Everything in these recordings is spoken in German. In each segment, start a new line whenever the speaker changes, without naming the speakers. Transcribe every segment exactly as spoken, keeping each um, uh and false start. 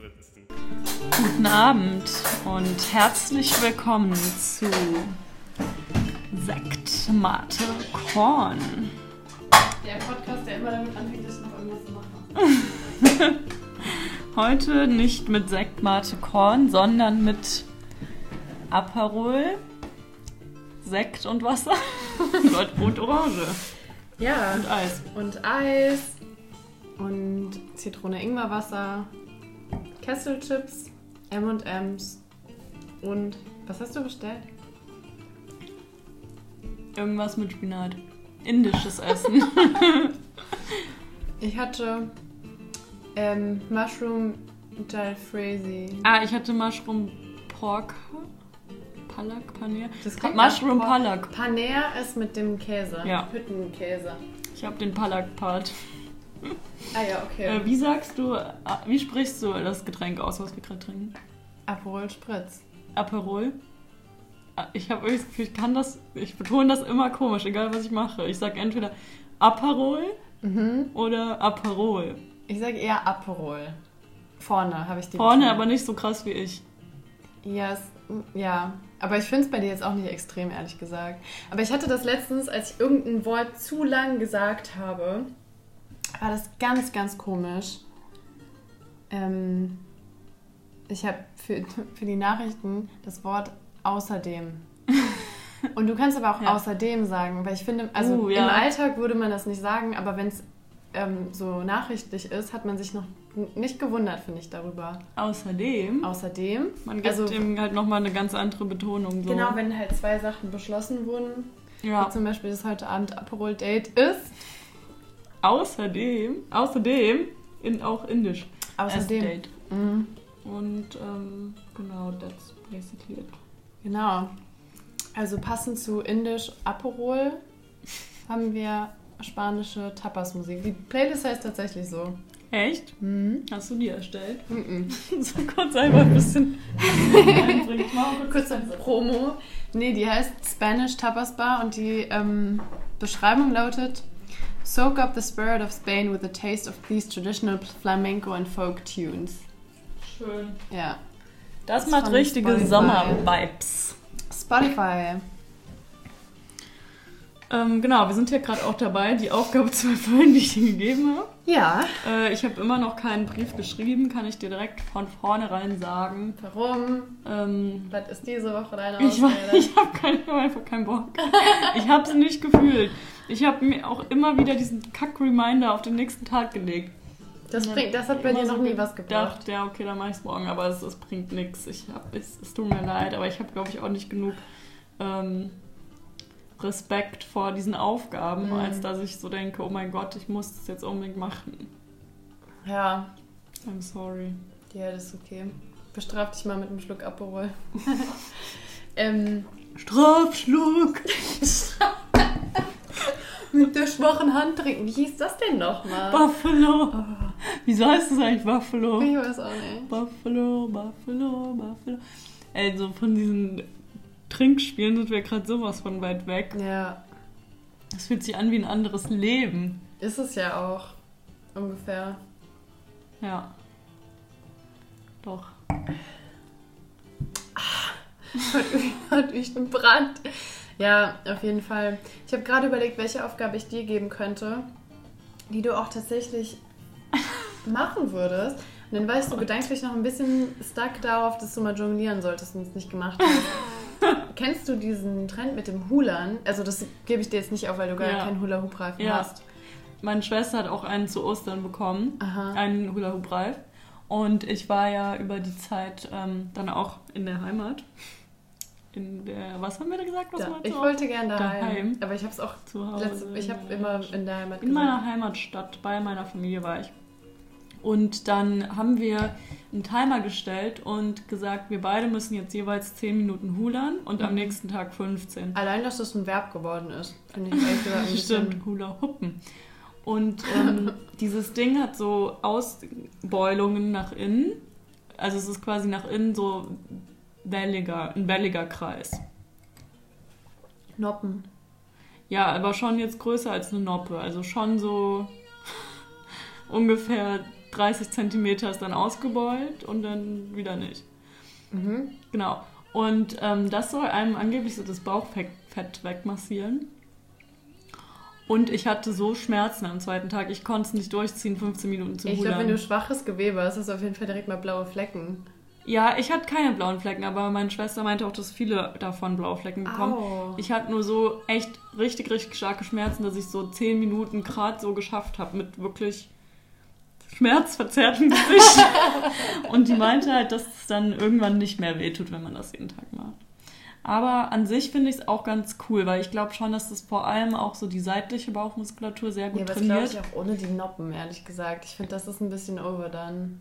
spritzen.
Guten Abend und herzlich willkommen zu Sekt, Mate, Korn.
Der Podcast, der immer damit anfängt, dass ich noch irgendwas zu machen.
Heute nicht mit Sekt, Mate, Korn, sondern mit Aperol, Sekt und Wasser und Orange.
Ja.
Und Eis.
Und Eis und Zitrone-Ingwer-Wasser, Kesselchips, M und M's und was hast du bestellt?
Irgendwas mit Spinat. Indisches Essen.
Ich hatte ähm, Mushroom Jalfrezi.
Ah, ich hatte Mushroom Pork. Palak, Paneer.
Das klingt
Mushroom
nach
Palak.
Paneer ist mit dem Käse.
Ja.
Hüttenkäse.
Ich habe den Palak-Part.
Ah ja, okay.
Äh, wie sagst du, äh, wie sprichst du das Getränk aus, was wir gerade trinken?
Aperol Spritz.
Aperol? Ah, Ich habe irgendwie das Gefühl, ich kann das, ich betone das immer komisch, egal was ich mache. Ich sage entweder Aperol
Mhm.
oder Aperol.
Ich sage eher Aperol. Vorne habe ich die
Vorne,
betont.
aber nicht so krass wie ich.
Ja, es, ja. Aber ich finde es bei dir jetzt auch nicht extrem, ehrlich gesagt. Aber ich hatte das letztens, als ich irgendein Wort zu lang gesagt habe, war das ganz, ganz komisch. Ähm, ich habe für, für die Nachrichten das Wort außerdem. Und du kannst aber auch
Ja.
außerdem sagen, weil ich finde, also
Uh, ja.
im Alltag würde man das nicht sagen, aber wenn es ähm, so nachrichtlich ist, hat man sich noch nicht gewundert, finde ich, darüber.
Außerdem,
Außerdem,
man gibt
also
dem halt nochmal eine ganz andere Betonung. So.
genau, wenn halt zwei Sachen beschlossen wurden,
Ja.
wie zum Beispiel das heute Abend Aperol Date ist.
Außerdem, außerdem, in, auch indisch.
Außerdem.
As date.
Mhm.
Und ähm, genau, that's basically it.
Genau. Also passend zu indisch Aperol haben wir spanische Tapas-Musik. Die Playlist heißt tatsächlich so.
Echt?
Mhm.
Hast du die erstellt?
Mhm.
So kurz einfach ein bisschen einbringen. Mal kurz
Kurze Promo. Nee, die heißt Spanish Tapas Bar und die ähm, Beschreibung lautet: Soak up the spirit of Spain with a taste of these traditional flamenco and folk tunes.
Schön.
Ja.
Das,
Das
macht
von
richtige
Spotify.
Sommer-Vibes.
Spotify.
Ähm, genau, wir sind ja gerade auch dabei, die Aufgabe zu erfüllen, die ich dir gegeben habe.
Ja.
Äh, ich habe immer noch keinen Brief geschrieben, kann ich dir direkt von vornherein sagen.
Warum?
Ähm,
Was ist diese Woche deine
ich war-
Ausrede?
ich habe kein, ich hab einfach keinen Bock. Ich habe sie nicht gefühlt. Ich habe mir auch immer wieder diesen Kack-Reminder auf den nächsten Tag gelegt.
Das, bringt, das hat bei
Immer
dir noch
so
nie was gebracht.
gedacht, ja, okay, dann mache ich es morgen, aber es, es bringt nichts. Ich hab, es, es tut mir leid, aber ich habe, glaube ich, auch nicht genug ähm, Respekt vor diesen Aufgaben,
Mhm.
als dass ich so denke, oh mein Gott, ich muss das jetzt unbedingt machen.
Ja.
I'm sorry.
Ja, das ist okay. Bestraf dich mal mit einem Schluck Aperol. ähm,
Strafschluck!
mit der schwachen Hand trinken. Wie hieß das denn nochmal?
Buffalo!
Oh,
Wieso heißt das eigentlich Buffalo?
ich weiß auch nicht.
Buffalo, Buffalo, Buffalo. Ey, so von diesen Trinkspielen sind wir gerade sowas von weit weg.
Ja,
Es fühlt sich an wie ein anderes Leben.
ist es ja auch. Ungefähr.
Ja. Doch.
Hat mich einen Brand. Ja, auf jeden Fall. Ich habe gerade überlegt, welche Aufgabe ich dir geben könnte, die du auch tatsächlich machen würdest. Und dann warst du gedanklich noch ein bisschen stuck darauf, dass du mal jonglieren solltest und es nicht gemacht hast. Kennst du diesen Trend mit dem Hulan? Also das gebe ich dir jetzt nicht auf, weil du gar
Ja.
keinen Hula-Hoop-Reifen
Ja.
hast.
Meine Schwester hat auch einen zu Ostern bekommen.
Aha.
Einen Hula-Hoop-Reif. Und ich war ja über die Zeit ähm, dann auch in der Heimat. In der, was haben wir da gesagt? Was
Da,
meinst du
ich
auch?
wollte gern daheim,
Daheim.
Aber ich habe es auch
Zu Hause.
letzte, ich habe immer in der Heimat
In meiner Heimatstadt, bei meiner Familie war ich. Und dann haben wir einen Timer gestellt und gesagt, wir beide müssen jetzt jeweils zehn Minuten hulern und am
Mhm.
nächsten Tag fünfzehn.
Allein, dass das ein Verb geworden ist, finde ich ehrlich gesagt ein bisschen...
Stimmt, Hula Huppen. Und ähm, dieses Ding hat so Ausbeulungen nach innen. Also es ist quasi nach innen so welliger, ein welliger Kreis.
Noppen.
Ja, aber schon jetzt größer als eine Noppe. Also schon so ungefähr dreißig Zentimeter ist dann ausgebeult und dann wieder nicht.
Mhm.
Genau. Und ähm, das soll einem angeblich so das Bauchfett wegmassieren. Und ich hatte so Schmerzen am zweiten Tag, ich konnte es nicht durchziehen, fünfzehn Minuten zu
Ich
Hulan.
glaube, wenn du schwaches Gewebe hast, hast du auf jeden Fall direkt mal blaue Flecken.
Ja, ich hatte keine blauen Flecken, aber meine Schwester meinte auch, dass viele davon blaue Flecken bekommen.
Au.
Ich hatte nur so echt richtig, richtig starke Schmerzen, dass ich so zehn Minuten gerade so geschafft habe mit wirklich schmerzverzerrtem Gesicht. Und die meinte halt, dass es dann irgendwann nicht mehr wehtut, wenn man das jeden Tag macht. Aber an sich finde ich es auch ganz cool, weil ich glaube schon, dass das vor allem auch so die seitliche Bauchmuskulatur sehr gut
ja, aber
trainiert.
das glaube ich auch ohne die Noppen, ehrlich gesagt. Ich finde, das ist ein bisschen overdone.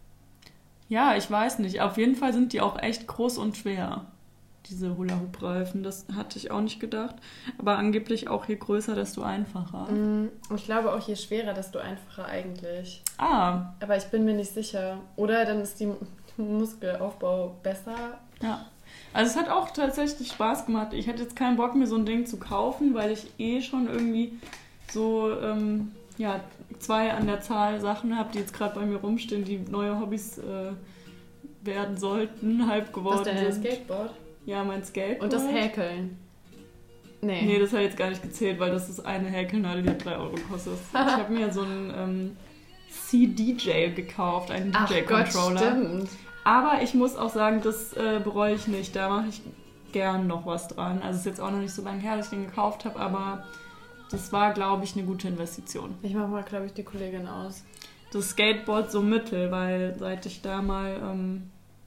Ja, ich weiß nicht. Auf jeden Fall sind die auch echt groß und schwer, diese Hula-Hoop-Reifen. Das hatte ich auch nicht gedacht. Aber angeblich auch je größer, desto einfacher.
Mm, ich glaube auch, je schwerer, desto einfacher eigentlich.
Ah,
Aber ich bin mir nicht sicher. Oder dann ist die Muskelaufbau besser.
ja. Also es hat auch tatsächlich Spaß gemacht. Ich hätte jetzt keinen Bock, mir so ein Ding zu kaufen, weil ich eh schon irgendwie so ähm, ja, zwei an der Zahl Sachen habe, die jetzt gerade bei mir rumstehen, die neue Hobbys äh, werden sollten, halb geworden
Was denn, dein
sind.
Skateboard?
Ja, mein Skateboard.
Und das Häkeln? Nee.
Nee, das hat jetzt gar nicht gezählt, weil das ist eine Häkelnadel, die hat drei Euro gekostet. Ich habe mir so einen ähm, C D J gekauft, einen
Ach
D J-Controller.
Gott, stimmt.
Aber ich muss auch sagen, das äh, bereue ich nicht. Da mache ich gern noch was dran. Also es ist jetzt auch noch nicht so lange her, dass ich den gekauft habe, aber das war, glaube ich, eine gute Investition.
Ich mache mal, glaube ich, die Kollegin aus.
Das Skateboard so mittel, weil seit ich da mal ähm,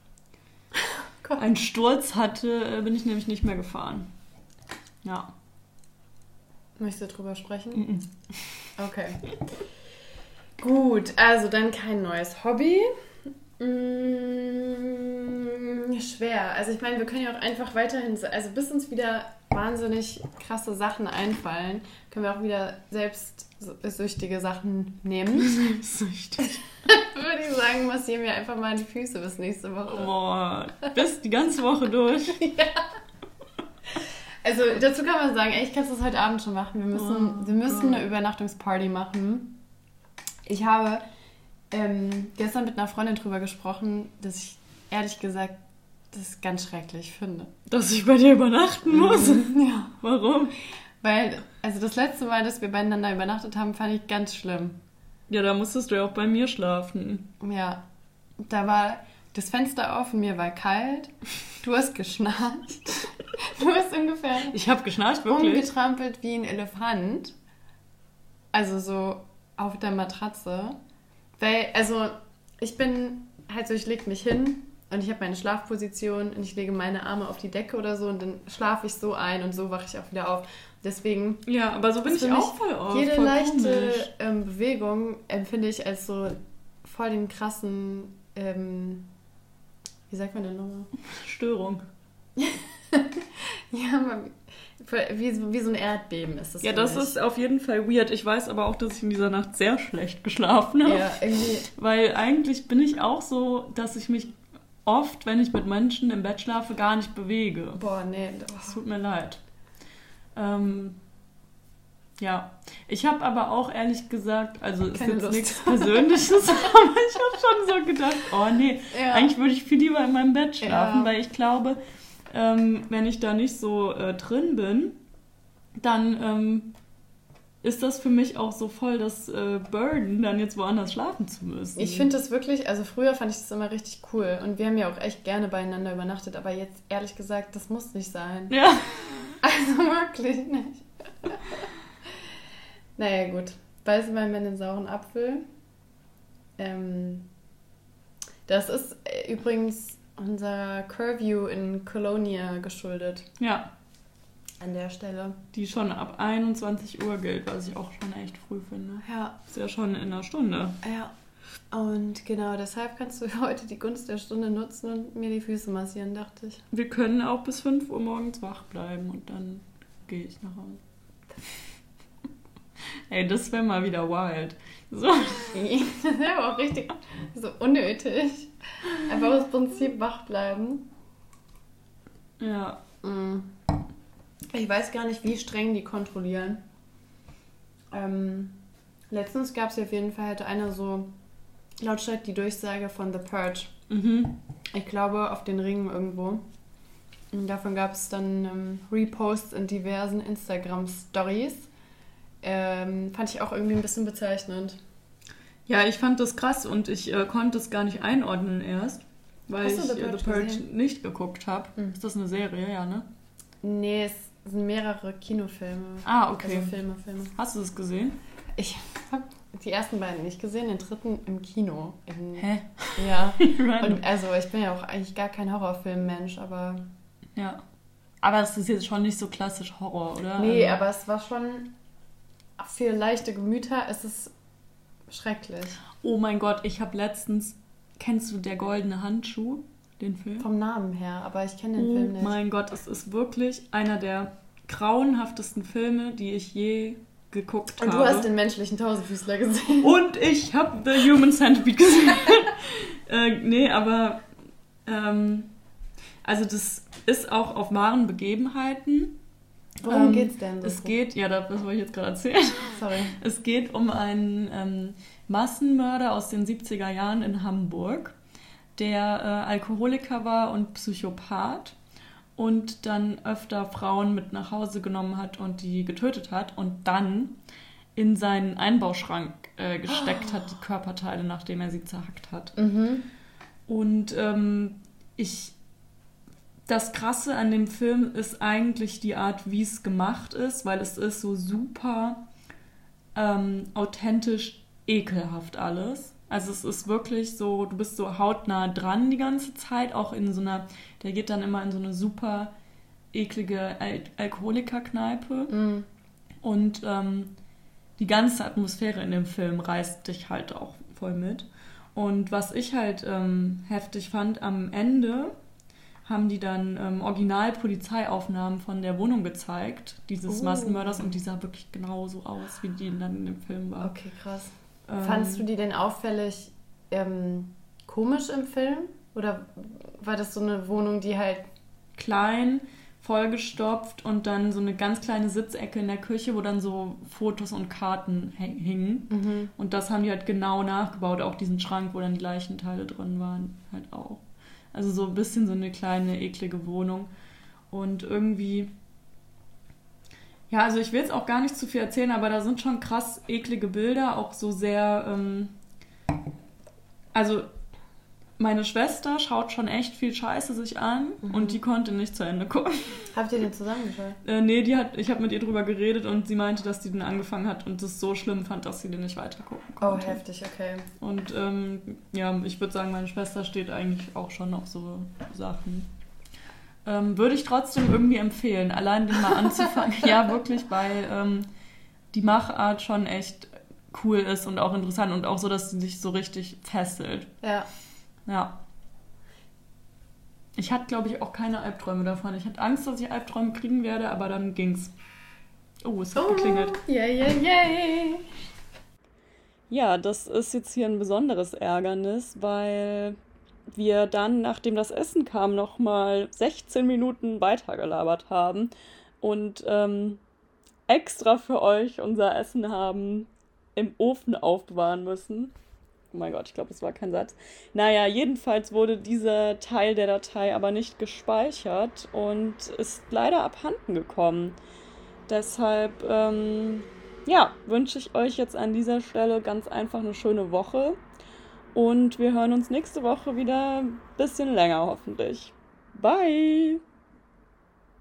einen Sturz hatte, äh, bin ich nämlich nicht mehr gefahren. Ja.
Möchtest du drüber sprechen?
Mm-mm.
Okay. Gut, also dann kein neues Hobby. Mm, schwer. Also ich meine, wir können ja auch einfach weiterhin, also bis uns wieder wahnsinnig krasse Sachen einfallen, können wir auch wieder selbstsüchtige Sachen nehmen.
Selbstsüchtig.
Würde ich sagen, massieren wir einfach mal die Füße bis nächste Woche.
Boah, bis die ganze Woche durch.
Ja. Also dazu kann man sagen, ey, ich kann es heute Abend schon machen. Wir müssen,
Oh,
wir müssen
Gott.
eine Übernachtungsparty machen. Ich habe ähm, gestern mit einer Freundin drüber gesprochen, dass ich ehrlich gesagt das ganz schrecklich finde.
Dass ich bei dir übernachten muss?
Ja.
Warum?
Weil, also das letzte Mal, dass wir beieinander übernachtet haben, fand ich ganz schlimm.
Ja, da musstest du ja auch bei mir schlafen.
Ja, da war das Fenster auf und mir war kalt. Du hast geschnarcht. Du hast ungefähr
Ich habe geschnarcht, wirklich.
umgetrampelt wie ein Elefant. Also so auf der Matratze. Weil, also ich bin halt so, ich lege mich hin und ich habe meine Schlafposition und ich lege meine Arme auf die Decke oder so und dann schlafe ich so ein und so wache ich auch wieder auf. Deswegen
Ja, aber so bin
ist
ich
für
auch
mich
voll oft.
jede
voll
leichte
komisch.
ähm, Bewegung empfinde ich als so voll den krassen, ähm, wie sagt man denn nochmal?
Störung.
Ja, man, wie, so- wie so ein Erdbeben ist das.
Ja,
für
das
mich.
ist auf jeden Fall weird. Ich weiß aber auch, dass ich in dieser Nacht sehr schlecht geschlafen habe.
Ja, irgendwie.
Weil eigentlich bin ich auch so, dass ich mich oft, wenn ich mit Menschen im Bett schlafe, gar nicht bewege.
Boah, nee.
Es tut mir leid. Ähm, ja, ich habe aber auch ehrlich gesagt, also ist
Keine
jetzt
Lust.
nichts Persönliches, aber ich habe schon so gedacht, oh nee,
Ja.
eigentlich würde ich viel lieber in meinem Bett schlafen,
Ja.
weil ich glaube, ähm, wenn ich da nicht so äh, drin bin, dann ähm, ist das für mich auch so voll das äh, Burden, dann jetzt woanders schlafen zu müssen.
Ich finde das wirklich, also früher fand ich das immer richtig cool und wir haben ja auch echt gerne beieinander übernachtet, aber jetzt ehrlich gesagt, das muss nicht sein.
Ja.
Also wirklich nicht. Naja, gut. Beißen wir mal den sauren Apfel. Ähm, das ist äh, übrigens unserer Curview in Colonia geschuldet.
Ja,
An der Stelle.
die schon ab einundzwanzig Uhr gilt, was ich auch schon echt früh finde.
Ja,
Ist ja schon in einer Stunde.
ja. Und genau deshalb kannst du heute die Gunst der Stunde nutzen und mir die Füße massieren, dachte ich.
Wir können auch bis fünf Uhr morgens wach bleiben und dann gehe ich nach Hause. Ey, das wäre mal wieder wild. So.
Das wäre aber auch richtig so unnötig. Einfach aus Prinzip wach bleiben.
Ja.
Mm. Ich weiß gar nicht, wie streng die kontrollieren. Ähm, letztens gab es ja auf jeden Fall, hatte einer so lautstark die Durchsage von The Purge.
Mhm.
Ich glaube, auf den Ringen irgendwo. Und davon gab es dann ähm, Reposts in diversen Instagram-Stories. Ähm, fand ich auch irgendwie ein bisschen bezeichnend.
Ja, ich fand das krass und ich äh, konnte es gar nicht einordnen erst, weil
Hast du
ich
The
The
Purge
Purge
gesehen?
nicht geguckt habe.
Mhm.
Ist das eine Serie, ja, ne?
Nee, es sind mehrere Kinofilme.
Ah, okay.
Also Filme, Filme.
Hast du das gesehen?
Ich habe die ersten beiden nicht gesehen, den dritten im Kino. In,
Hä?
Ja.
Random.
Und also ich bin ja auch eigentlich gar kein Horrorfilm-Mensch, aber...
Ja. Aber es ist jetzt schon nicht so klassisch Horror, oder?
Nee,
Also-
aber es war schon... Für leichte Gemüter ist es schrecklich.
Oh mein Gott, ich habe letztens... Kennst du Der goldene Handschuh, den Film?
Vom Namen her, aber ich kenne den
Oh
Film nicht.
mein Gott, es ist wirklich einer der grauenhaftesten Filme, die ich je geguckt
Und
habe.
du hast den menschlichen Tausendfüßler gesehen.
Und ich habe The Human Centipede gesehen. äh, nee, aber ähm, also das ist auch auf wahren Begebenheiten.
Worum
Ähm,
geht's denn? So
Es geht, ja, das wollte ich jetzt gerade erzählen.
Sorry.
Es geht um einen ähm, Massenmörder aus den siebziger Jahren in Hamburg, der äh, Alkoholiker war und Psychopath und dann öfter Frauen mit nach Hause genommen hat und die getötet hat und dann in seinen Einbauschrank äh, gesteckt hat, die Körperteile, nachdem er sie zerhackt hat.
Mhm.
Und ähm, ich, das Krasse an dem Film ist eigentlich die Art, wie es gemacht ist, weil es ist so super ähm, authentisch ekelhaft alles. Also es ist wirklich so, du bist so hautnah dran die ganze Zeit, auch in so einer, der geht dann immer in so eine super eklige Al- Alkoholikerkneipe
Mhm.
und ähm, die ganze Atmosphäre in dem Film reißt dich halt auch voll mit. Und was ich halt ähm, heftig fand, am Ende haben die dann ähm, Original-Polizeiaufnahmen von der Wohnung gezeigt, dieses
Oh.
Massenmörders, und die sah wirklich genauso aus, wie die dann in dem Film war.
Okay, krass.
Ähm,
Fandst du die denn auffällig ähm, komisch im Film? Oder war das so eine Wohnung, die halt...
klein, vollgestopft und dann so eine ganz kleine Sitzecke in der Küche, wo dann so Fotos und Karten häng- hingen.
Mhm.
Und das haben die halt genau nachgebaut, auch diesen Schrank, wo dann die Leichenteile drin waren, halt auch. Also so ein bisschen so eine kleine, eklige Wohnung. Und irgendwie, ja, also ich will jetzt auch gar nicht zu viel erzählen, aber da sind schon krass eklige Bilder, auch so sehr, ähm, also meine Schwester schaut schon echt viel Scheiße sich an
Mhm.
und die konnte nicht zu Ende gucken.
Habt ihr den zusammengeschaut?
Äh, nee, die hat, ich habe mit ihr drüber geredet und sie meinte, dass die den angefangen hat und es so schlimm fand, dass sie den nicht weiter gucken
Oh,
konnte.
heftig, okay.
Und ähm, ja, ich würde sagen, meine Schwester steht eigentlich auch schon auf so Sachen. Ähm, würde ich trotzdem irgendwie empfehlen, allein den mal anzufangen. Ja, wirklich, weil ähm, die Machart schon echt cool ist und auch interessant und auch so, dass sie sich so richtig fesselt.
Ja.
Ja. Ich hatte, glaube ich, auch keine Albträume davon. Ich hatte Angst, dass ich Albträume kriegen werde, aber dann ging's. Oh, es hat geklingelt.
Yeah, yeah, yeah.
Ja, das ist jetzt hier ein besonderes Ärgernis, weil wir dann, nachdem das Essen kam, nochmal sechzehn Minuten weitergelabert haben und ähm, extra für euch unser Essen haben im Ofen aufbewahren müssen. Oh mein Gott, ich glaube, das war kein Satz. Naja, jedenfalls wurde dieser Teil der Datei aber nicht gespeichert und ist leider abhanden gekommen. Deshalb, ähm, ja, wünsche ich euch jetzt an dieser Stelle ganz einfach eine schöne Woche. Und wir hören uns nächste Woche wieder ein bisschen länger hoffentlich. Bye!